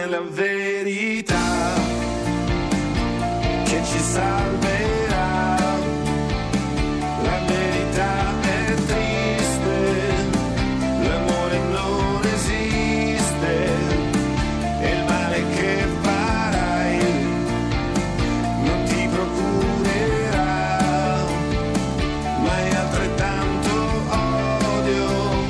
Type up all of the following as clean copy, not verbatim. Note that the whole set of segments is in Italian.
è la verità che ci salverà. La verità è triste, l'amore non esiste, e il male che farai non ti procurerà mai altrettanto odio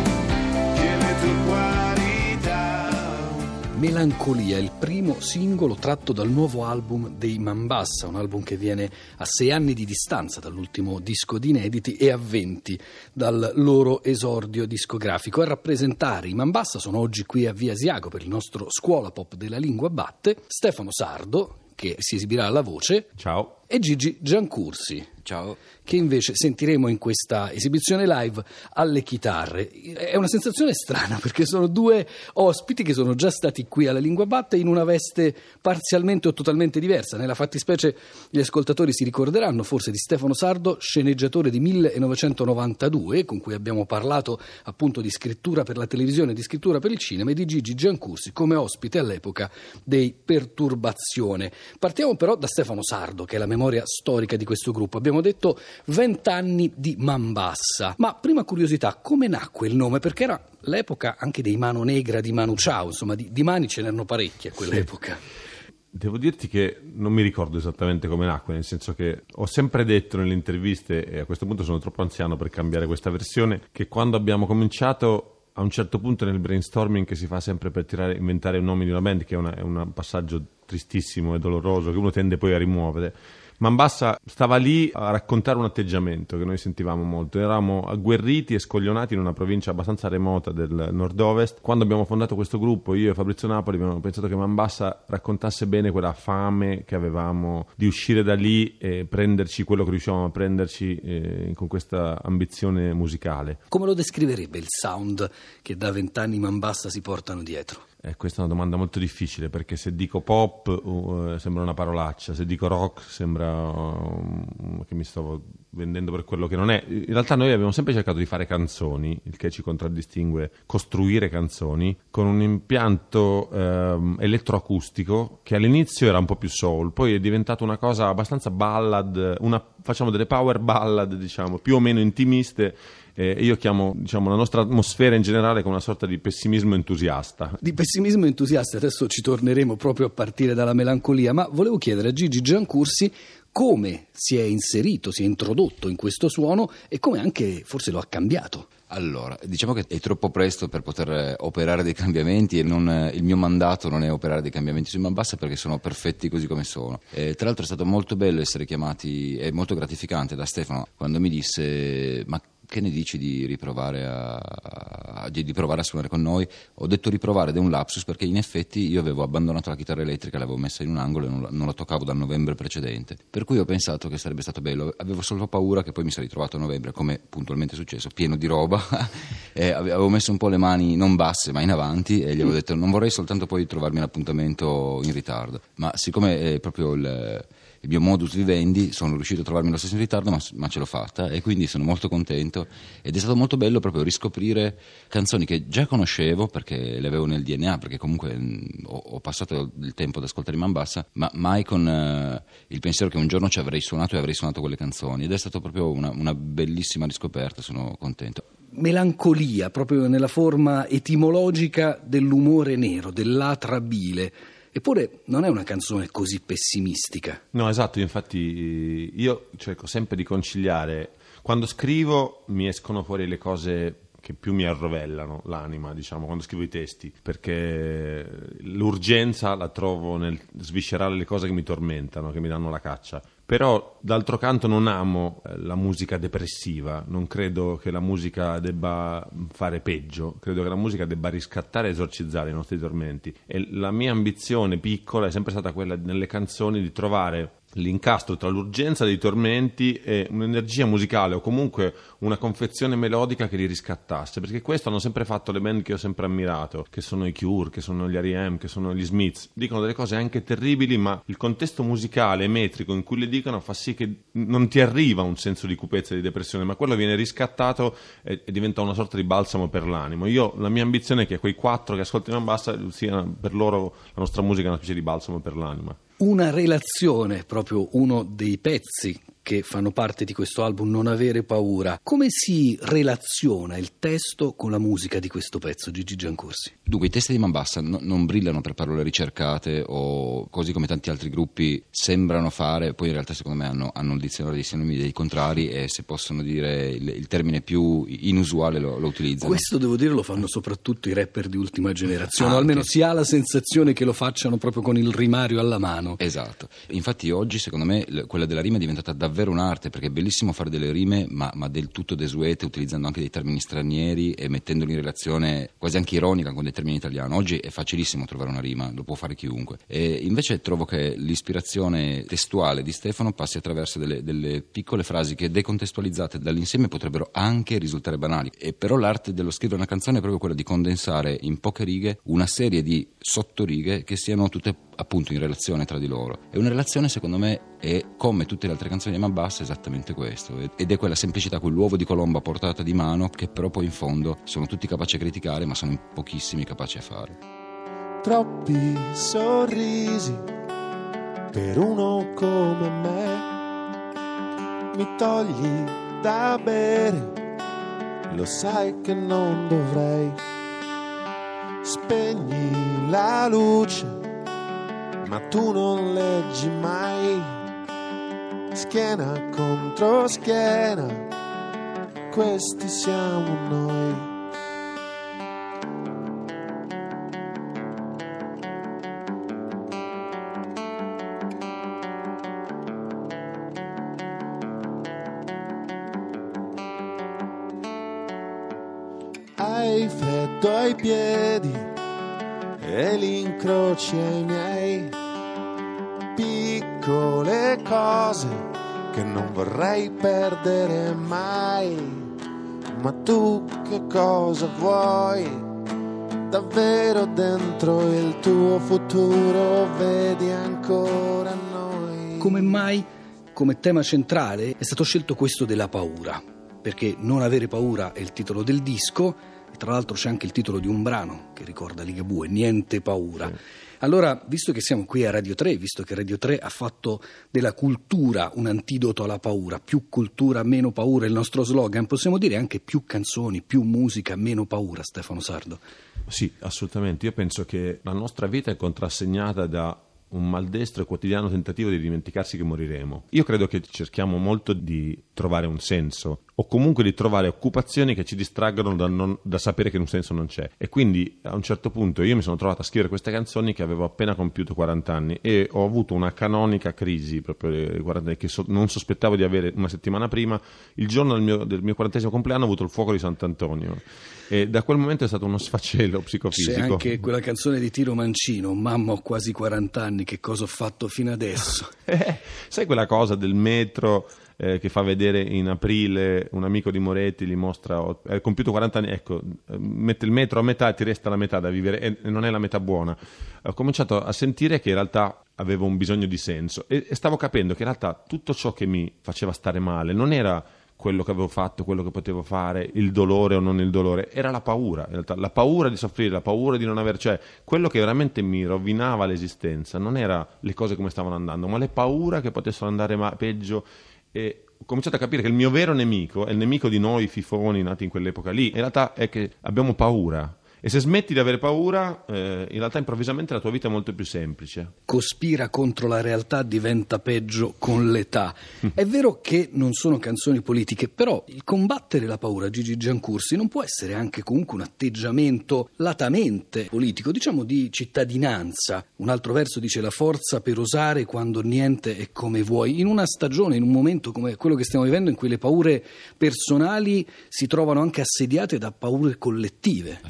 che le tue qualità. Melancolia, il primo singolo tratto dal nuovo album dei Mambassa, un album che viene a 6 anni di distanza dall'ultimo disco di inediti e a 20 dal loro esordio discografico. A rappresentare i Mambassa sono oggi qui a Via Asiago per il nostro Scuola Pop della Lingua Batte Stefano Sardo, che si esibirà alla voce. Ciao. E Gigi Giancursi. Ciao. Che invece sentiremo in questa esibizione live alle chitarre. È una sensazione strana perché sono due ospiti che sono già stati qui alla Lingua Batte in una veste parzialmente o totalmente diversa. Nella fattispecie gli ascoltatori si ricorderanno forse di Stefano Sardo, sceneggiatore di 1992, con cui abbiamo parlato appunto di scrittura per la televisione e di scrittura per il cinema, e di Gigi Giancursi come ospite all'epoca dei Perturbazione. Partiamo però da Stefano Sardo, che è la memoria storica di questo gruppo. Abbiamo detto 20 anni di Mambassa. Ma prima curiosità, come nacque il nome? Perché era l'epoca anche dei Mano Negra, di Manu Chao, insomma di mani ce n'erano parecchie a quell'epoca. Devo dirti che non mi ricordo esattamente come nacque, nel senso che ho sempre detto nelle interviste, e a questo punto sono troppo anziano per cambiare questa versione, che quando abbiamo cominciato, a un certo punto nel brainstorming che si fa sempre per inventare un nome di una band, che è un passaggio tristissimo e doloroso che uno tende poi a rimuovere, Mambassa stava lì a raccontare un atteggiamento che noi sentivamo molto. Eravamo agguerriti e scoglionati in una provincia abbastanza remota del nord-ovest. Quando abbiamo fondato questo gruppo, io e Fabrizio Napoli abbiamo pensato che Mambassa raccontasse bene quella fame che avevamo di uscire da lì e prenderci quello che riuscivamo a prenderci con questa ambizione musicale. Come lo descriverebbe il sound che da 20 anni Mambassa si portano dietro? Questa è una domanda molto difficile, perché se dico pop sembra una parolaccia, se dico rock sembra che mi sto vendendo per quello che non è. In realtà noi abbiamo sempre cercato di fare canzoni, il che ci contraddistingue, costruire canzoni con un impianto elettroacustico che all'inizio era un po' più soul, poi è diventato una cosa abbastanza ballad, facciamo delle power ballad, diciamo, più o meno intimiste. Io chiamo, diciamo, la nostra atmosfera in generale come una sorta di pessimismo entusiasta. Di pessimismo entusiasta, adesso ci torneremo proprio a partire dalla melancolia, ma volevo chiedere a Gigi Giancursi come si è inserito, si è introdotto in questo suono e come anche forse lo ha cambiato. Allora, diciamo che è troppo presto per poter operare dei cambiamenti, e il mio mandato non è operare dei cambiamenti sui Mambassa, perché sono perfetti così come sono. Tra l'altro è stato molto bello essere chiamati, e molto gratificante, da Stefano quando mi disse: ma che ne dici di riprovare di provare a suonare con noi? Ho detto riprovare ed è un lapsus, perché in effetti io avevo abbandonato la chitarra elettrica, l'avevo messa in un angolo e non la toccavo dal novembre precedente, per cui ho pensato che sarebbe stato bello. Avevo solo paura che poi mi sarei ritrovato a novembre, come puntualmente è successo, pieno di roba e avevo messo un po' le mani non basse ma in avanti, e gli avevo detto non vorrei soltanto poi trovarmi un appuntamento in ritardo, ma siccome è proprio il mio modus vivendi, sono riuscito a trovarmi lo stesso in ritardo, ma ce l'ho fatta, e quindi sono molto contento. Ed è stato molto bello proprio riscoprire canzoni che già conoscevo perché le avevo nel DNA, perché comunque ho passato il tempo ad ascoltare i Mambassa, ma mai con il pensiero che un giorno ci avrei suonato e avrei suonato quelle canzoni, ed è stato proprio una bellissima riscoperta, sono contento. Melancolia, proprio nella forma etimologica dell'umore nero, dell'atrabile. Eppure non è una canzone così pessimistica. No, esatto, infatti io cerco sempre di conciliare. Quando scrivo mi escono fuori le cose che più mi arrovellano l'anima, diciamo, quando scrivo i testi, perché l'urgenza la trovo nel sviscerare le cose che mi tormentano, che mi danno la caccia. Però d'altro canto non amo la musica depressiva, non credo che la musica debba fare peggio, credo che la musica debba riscattare e esorcizzare i nostri tormenti, e la mia ambizione piccola è sempre stata quella nelle canzoni di trovare l'incastro tra l'urgenza dei tormenti e un'energia musicale o comunque una confezione melodica che li riscattasse, perché questo hanno sempre fatto le band che ho sempre ammirato, che sono i Cure, che sono gli R.E.M., che sono gli Smiths. Dicono delle cose anche terribili, ma il contesto musicale metrico in cui le dicono fa sì che non ti arriva un senso di cupezza e di depressione, ma quello viene riscattato e diventa una sorta di balsamo per l'animo. La mia ambizione è che quei 4 che ascoltano in bassa sia per loro la nostra musica una specie di balsamo per l'anima. Una relazione, proprio uno dei pezzi che fanno parte di questo album, Non avere paura. Come si relaziona il testo con la musica di questo pezzo, Gigi Giancorsi? Dunque, i testi di Man Bassa non brillano per parole ricercate o così come tanti altri gruppi sembrano fare, poi in realtà secondo me hanno il dizionario dei sinonimi dei contrari e se possono dire il termine più inusuale lo utilizzano. Questo devo dire lo fanno soprattutto i rapper di ultima generazione, o almeno si ha la sensazione che lo facciano proprio con il rimario alla mano. Esatto, infatti oggi secondo me quella della rima è diventata davvero un'arte, perché è bellissimo fare delle rime ma del tutto desuete, utilizzando anche dei termini stranieri e mettendoli in relazione quasi anche ironica con dei termini italiani. Oggi è facilissimo trovare una rima, lo può fare chiunque, e invece trovo che l'ispirazione testuale di Stefano passi attraverso delle piccole frasi che decontestualizzate dall'insieme potrebbero anche risultare banali, e però l'arte dello scrivere una canzone è proprio quella di condensare in poche righe una serie di sottorighe che siano tutte appunto in relazione tra di loro. E una relazione secondo me è, come tutte le altre canzoni di Man Bassa, esattamente questo, ed è quella semplicità, quell'uovo di colombo a portata di mano che però poi in fondo sono tutti capaci a criticare ma sono in pochissimi capaci a fare. Troppi sorrisi per uno come me, mi togli da bere, lo sai che non dovrei, spegni la luce ma tu non leggi mai, schiena contro schiena, questi siamo noi. Hai freddo ai piedi e li incroci ai miei, piccole cose che non vorrei perdere mai. Ma tu che cosa vuoi? Davvero dentro il tuo futuro vedi ancora noi? Come mai, come tema centrale, è stato scelto questo della paura? Perché Non avere paura è il titolo del disco, e tra l'altro c'è anche il titolo di un brano che ricorda Ligabue, Niente paura. Sì. Allora, visto che siamo qui a Radio 3, visto che Radio 3 ha fatto della cultura un antidoto alla paura, più cultura, meno paura, il nostro slogan, possiamo dire anche più canzoni, più musica, meno paura, Stefano Sardo? Sì, assolutamente. Io penso che la nostra vita è contrassegnata da un maldestro e quotidiano tentativo di dimenticarsi che moriremo. Io credo che cerchiamo molto di trovare un senso, o comunque di trovare occupazioni che ci distraggono da sapere che un senso non c'è. E quindi a un certo punto io mi sono trovato a scrivere queste canzoni che avevo appena compiuto 40 anni e ho avuto una canonica crisi proprio dei 40 anni che non sospettavo di avere una settimana prima. Il giorno del mio 40° compleanno ho avuto il fuoco di Sant'Antonio e da quel momento è stato uno sfacelo psicofisico. C'è anche quella canzone di Tiro Mancino, mamma ho quasi 40 anni, che cosa ho fatto fino adesso? Sai quella cosa del metro che fa vedere in aprile un amico di Moretti, gli mostra hai compiuto 40 anni, ecco, mette il metro a metà e ti resta la metà da vivere e non è la metà buona. Ho cominciato a sentire che in realtà avevo un bisogno di senso e stavo capendo che in realtà tutto ciò che mi faceva stare male non era quello che avevo fatto, quello che potevo fare, il dolore o non il dolore, era la paura, in realtà la paura di soffrire, la paura di non aver, cioè quello che veramente mi rovinava l'esistenza non era le cose come stavano andando, ma le paure che potessero andare peggio. E ho cominciato a capire che il mio vero nemico è il nemico di noi fifoni nati in quell'epoca lì, in realtà è che abbiamo paura. E se smetti di avere paura, in realtà improvvisamente la tua vita è molto più semplice. Cospira contro la realtà, diventa peggio con l'età. È vero che non sono canzoni politiche, però il combattere la paura, Gigi Giancorsi, non può essere anche comunque un atteggiamento latamente politico, diciamo di cittadinanza. Un altro verso dice la forza per osare quando niente è come vuoi. In una stagione, in un momento come quello che stiamo vivendo, in cui le paure personali si trovano anche assediate da paure collettive. Assolutamente.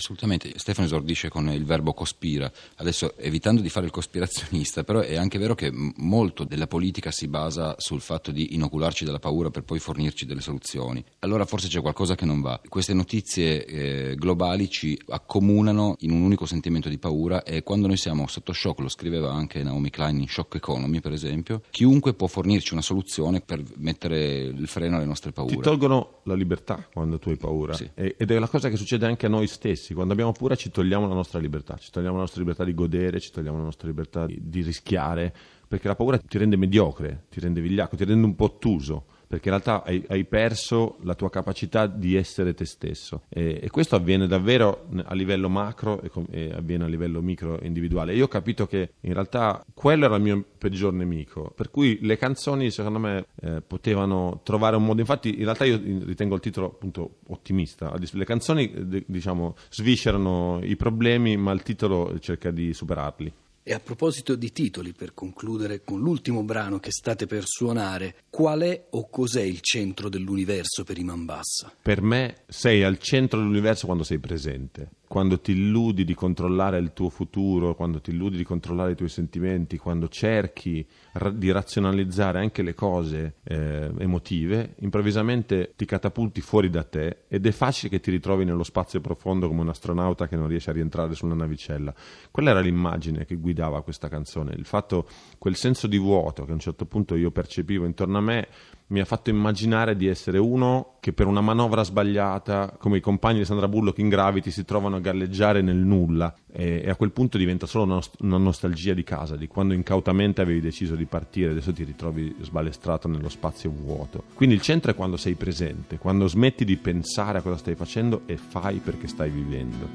effettivamente Stefano esordisce con il verbo cospira, adesso evitando di fare il cospirazionista, però è anche vero che molto della politica si basa sul fatto di inocularci della paura per poi fornirci delle soluzioni. Allora forse c'è qualcosa che non va. Queste notizie globali ci accomunano in un unico sentimento di paura, e quando noi siamo sotto shock, lo scriveva anche Naomi Klein in Shock Economy per esempio, chiunque può fornirci una soluzione per mettere il freno alle nostre paure. Ti tolgono la libertà quando tu hai paura, Sì. Ed è la cosa che succede anche a noi stessi. Quando abbiamo paura ci togliamo la nostra libertà, ci togliamo la nostra libertà di godere, ci togliamo la nostra libertà di rischiare, perché la paura ti rende mediocre, ti rende vigliacco, ti rende un po' ottuso, perché in realtà hai perso la tua capacità di essere te stesso, e questo avviene davvero a livello macro e avviene a livello micro individuale. Io ho capito che in realtà quello era il mio peggior nemico, per cui le canzoni secondo me potevano trovare un modo. Infatti in realtà io ritengo il titolo appunto ottimista. Le canzoni diciamo sviscerano i problemi, ma il titolo cerca di superarli. E a proposito di titoli, per concludere con l'ultimo brano che state per suonare, qual è o cos'è il centro dell'universo per Iman Bassa? Per me sei al centro dell'universo quando sei presente, quando ti illudi di controllare il tuo futuro, quando ti illudi di controllare i tuoi sentimenti, quando cerchi di razionalizzare anche le cose emotive, improvvisamente ti catapulti fuori da te ed è facile che ti ritrovi nello spazio profondo come un astronauta che non riesce a rientrare sulla navicella. Quella era l'immagine che guidava questa canzone, il fatto, quel senso di vuoto che a un certo punto io percepivo intorno a me mi ha fatto immaginare di essere uno che per una manovra sbagliata, come i compagni di Sandra Bullock in Gravity, si trovano a galleggiare nel nulla, e a quel punto diventa solo una nostalgia di casa, di quando incautamente avevi deciso di partire, adesso ti ritrovi sbalestrato nello spazio vuoto. Quindi il centro è quando sei presente, quando smetti di pensare a cosa stai facendo e fai perché stai vivendo.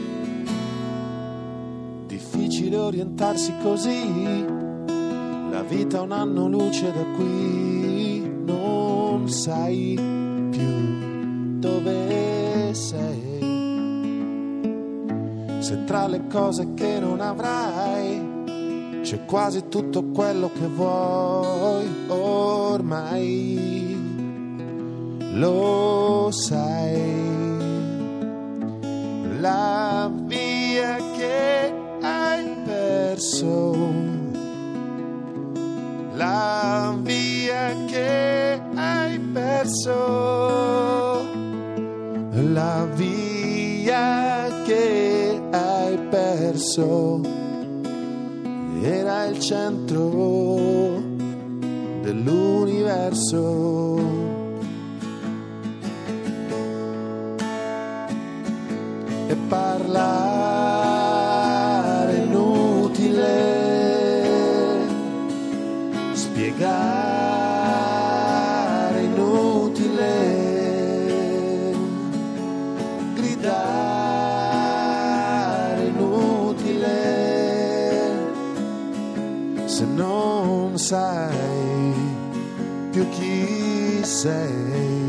Difficile orientarsi così, la vita un anno luce da qui, non sai più dove sei, se tra le cose che non avrai c'è quasi tutto quello che vuoi, ormai lo sai, la via che hai perso, la via che hai perso, la via che hai perso, era il centro dell'universo. E parlare inutile, spiegare inutile, gridare inutile, se non sai più chi sei.